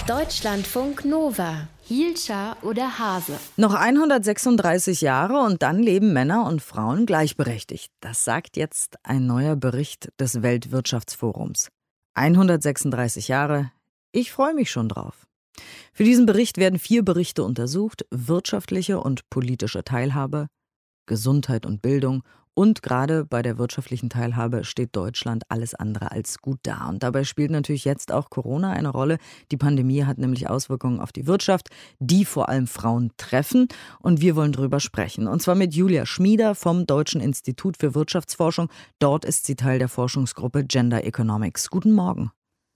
Deutschlandfunk Nova. Hielscher oder Hase? Noch 136 Jahre und dann leben Männer und Frauen gleichberechtigt. Das sagt jetzt ein neuer Bericht des Weltwirtschaftsforums. 136 Jahre, ich freue mich schon drauf. Für diesen Bericht werden 4 Berichte untersucht: wirtschaftliche und politische Teilhabe, Gesundheit und Bildung. Und gerade bei der wirtschaftlichen Teilhabe steht Deutschland alles andere als gut da. Und dabei spielt natürlich jetzt auch Corona eine Rolle. Die Pandemie hat nämlich Auswirkungen auf die Wirtschaft, die vor allem Frauen treffen. Und wir wollen drüber sprechen. Und zwar mit Julia Schmieder vom Deutschen Institut für Wirtschaftsforschung. Dort ist sie Teil der Forschungsgruppe Gender Economics. Guten Morgen.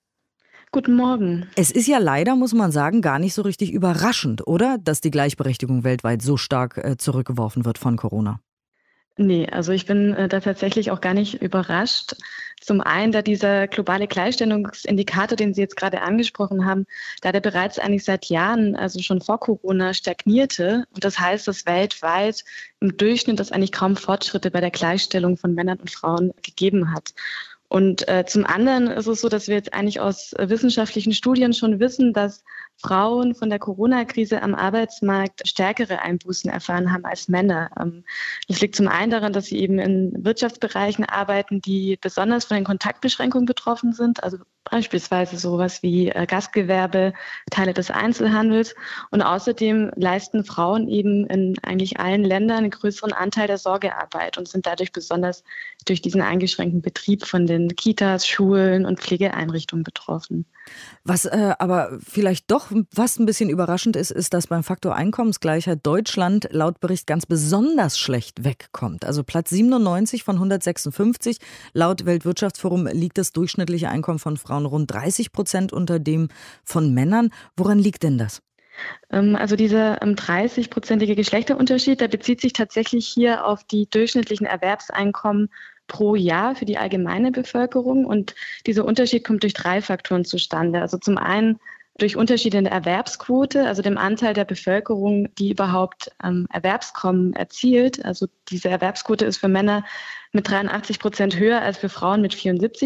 Guten Morgen. Es ist ja leider, muss man sagen, gar nicht so richtig überraschend, oder? Dass die Gleichberechtigung weltweit so stark zurückgeworfen wird von Corona. Nee, also ich bin da tatsächlich auch gar nicht überrascht. Zum einen, da dieser globale Gleichstellungsindikator, den Sie jetzt gerade angesprochen haben, da der bereits eigentlich seit Jahren, also schon vor Corona, stagnierte. Und das heißt, dass weltweit im Durchschnitt es eigentlich kaum Fortschritte bei der Gleichstellung von Männern und Frauen gegeben hat. Und zum anderen ist es so, dass wir jetzt eigentlich aus wissenschaftlichen Studien schon wissen, dass Frauen von der Corona-Krise am Arbeitsmarkt stärkere Einbußen erfahren haben als Männer. Das liegt zum einen daran, dass sie eben in Wirtschaftsbereichen arbeiten, die besonders von den Kontaktbeschränkungen betroffen sind, also beispielsweise sowas wie Gastgewerbe, Teile des Einzelhandels. Und außerdem leisten Frauen eben in eigentlich allen Ländern einen größeren Anteil der Sorgearbeit und sind dadurch besonders durch diesen eingeschränkten Betrieb von den Kitas, Schulen und Pflegeeinrichtungen betroffen. Was aber vielleicht doch fast ein bisschen überraschend ist, ist, dass beim Faktor Einkommensgleichheit Deutschland laut Bericht ganz besonders schlecht wegkommt. Also Platz 97 von 156. Laut Weltwirtschaftsforum liegt das durchschnittliche Einkommen von Frauen rund 30% unter dem von Männern. Woran liegt denn das? Also dieser 30-prozentige Geschlechterunterschied, der bezieht sich tatsächlich hier auf die durchschnittlichen Erwerbseinkommen pro Jahr für die allgemeine Bevölkerung. Und dieser Unterschied kommt durch 3 Faktoren zustande. Also zum einen durch Unterschiede in der Erwerbsquote, also dem Anteil der Bevölkerung, die überhaupt Erwerbskommen erzielt. Also diese Erwerbsquote ist für Männer mit 83% höher als für Frauen mit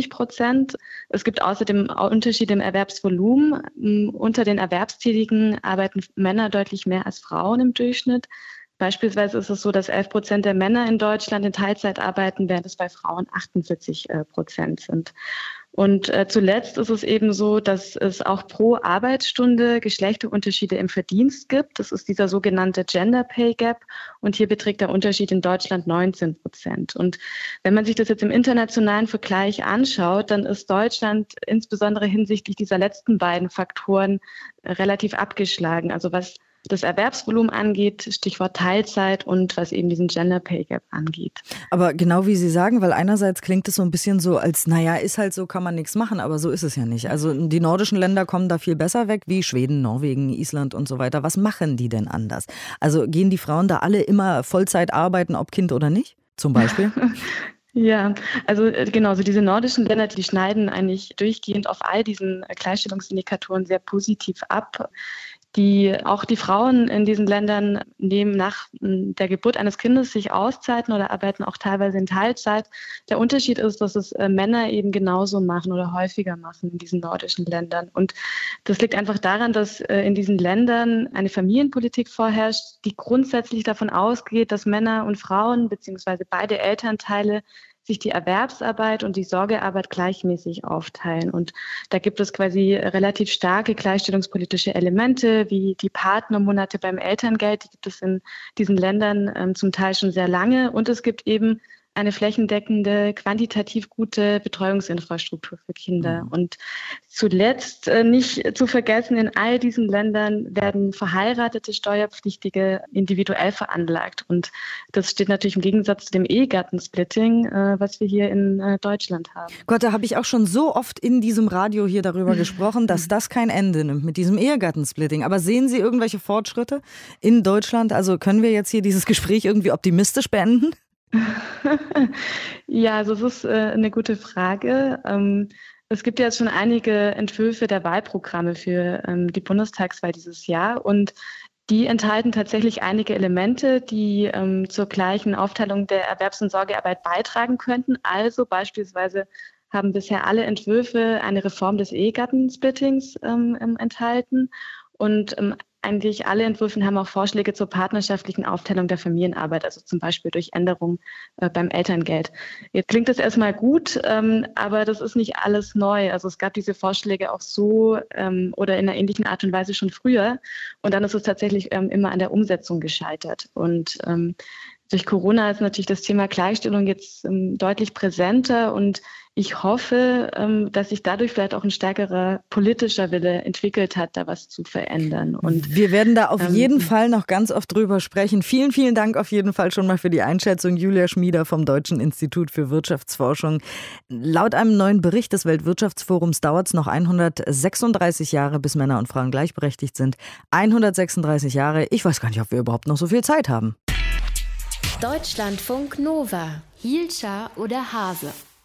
74%. Es gibt außerdem Unterschiede im Erwerbsvolumen. Unter den Erwerbstätigen arbeiten Männer deutlich mehr als Frauen im Durchschnitt. Beispielsweise ist es so, dass 11% der Männer in Deutschland in Teilzeit arbeiten, während es bei Frauen 48% sind. Und zuletzt ist es eben so, dass es auch pro Arbeitsstunde Geschlechterunterschiede im Verdienst gibt. Das ist dieser sogenannte Gender Pay Gap. Und hier beträgt der Unterschied in Deutschland 19%. Und wenn man sich das jetzt im internationalen Vergleich anschaut, dann ist Deutschland insbesondere hinsichtlich dieser letzten beiden Faktoren relativ abgeschlagen. Also was das Erwerbsvolumen angeht, Stichwort Teilzeit, und was eben diesen Gender Pay Gap angeht. Aber genau wie Sie sagen, weil einerseits klingt es so ein bisschen so als, naja, ist halt so, kann man nichts machen, aber so ist es ja nicht. Also die nordischen Länder kommen da viel besser weg, wie Schweden, Norwegen, Island und so weiter. Was machen die denn anders? Also gehen die Frauen da alle immer Vollzeit arbeiten, ob Kind oder nicht, zum Beispiel? Ja, also genau, so diese nordischen Länder, die schneiden eigentlich durchgehend auf all diesen Gleichstellungsindikatoren sehr positiv ab. Auch die Frauen in diesen Ländern nehmen nach der Geburt eines Kindes sich Auszeiten oder arbeiten auch teilweise in Teilzeit. Der Unterschied ist, dass es Männer eben genauso machen oder häufiger machen in diesen nordischen Ländern. Und das liegt einfach daran, dass in diesen Ländern eine Familienpolitik vorherrscht, die grundsätzlich davon ausgeht, dass Männer und Frauen beziehungsweise beide Elternteile sich die Erwerbsarbeit und die Sorgearbeit gleichmäßig aufteilen. Und da gibt es quasi relativ starke gleichstellungspolitische Elemente, wie die Partnermonate beim Elterngeld. Die gibt es in diesen Ländern zum Teil schon sehr lange. Und es gibt eben eine flächendeckende, quantitativ gute Betreuungsinfrastruktur für Kinder. Und zuletzt nicht zu vergessen, in all diesen Ländern werden verheiratete Steuerpflichtige individuell veranlagt. Und das steht natürlich im Gegensatz zu dem Ehegattensplitting, was wir hier in Deutschland haben. Gott, da habe ich auch schon so oft in diesem Radio hier darüber gesprochen, dass das kein Ende nimmt mit diesem Ehegattensplitting. Aber sehen Sie irgendwelche Fortschritte in Deutschland? Also können wir jetzt hier dieses Gespräch irgendwie optimistisch beenden? Ja, also es ist eine gute Frage. Es gibt ja jetzt schon einige Entwürfe der Wahlprogramme für die Bundestagswahl dieses Jahr und die enthalten tatsächlich einige Elemente, die zur gleichen Aufteilung der Erwerbs- und Sorgearbeit beitragen könnten. Also beispielsweise haben bisher alle Entwürfe eine Reform des Ehegattensplittings enthalten. Und eigentlich alle Entwürfe haben auch Vorschläge zur partnerschaftlichen Aufteilung der Familienarbeit, also zum Beispiel durch Änderungen beim Elterngeld. Jetzt klingt das erstmal gut, aber das ist nicht alles neu. Also es gab diese Vorschläge auch so oder in einer ähnlichen Art und Weise schon früher. Und dann ist es tatsächlich immer an der Umsetzung gescheitert. Und durch Corona ist natürlich das Thema Gleichstellung jetzt deutlich präsenter und ich hoffe, dass sich dadurch vielleicht auch ein stärkerer politischer Wille entwickelt hat, da was zu verändern. Und wir werden da auf jeden Fall noch ganz oft drüber sprechen. Vielen, vielen Dank auf jeden Fall schon mal für die Einschätzung. Julia Schmieder vom Deutschen Institut für Wirtschaftsforschung. Laut einem neuen Bericht des Weltwirtschaftsforums dauert es noch 136 Jahre, bis Männer und Frauen gleichberechtigt sind. 136 Jahre. Ich weiß gar nicht, ob wir überhaupt noch so viel Zeit haben. Deutschlandfunk Nova. Hielscher oder Hase?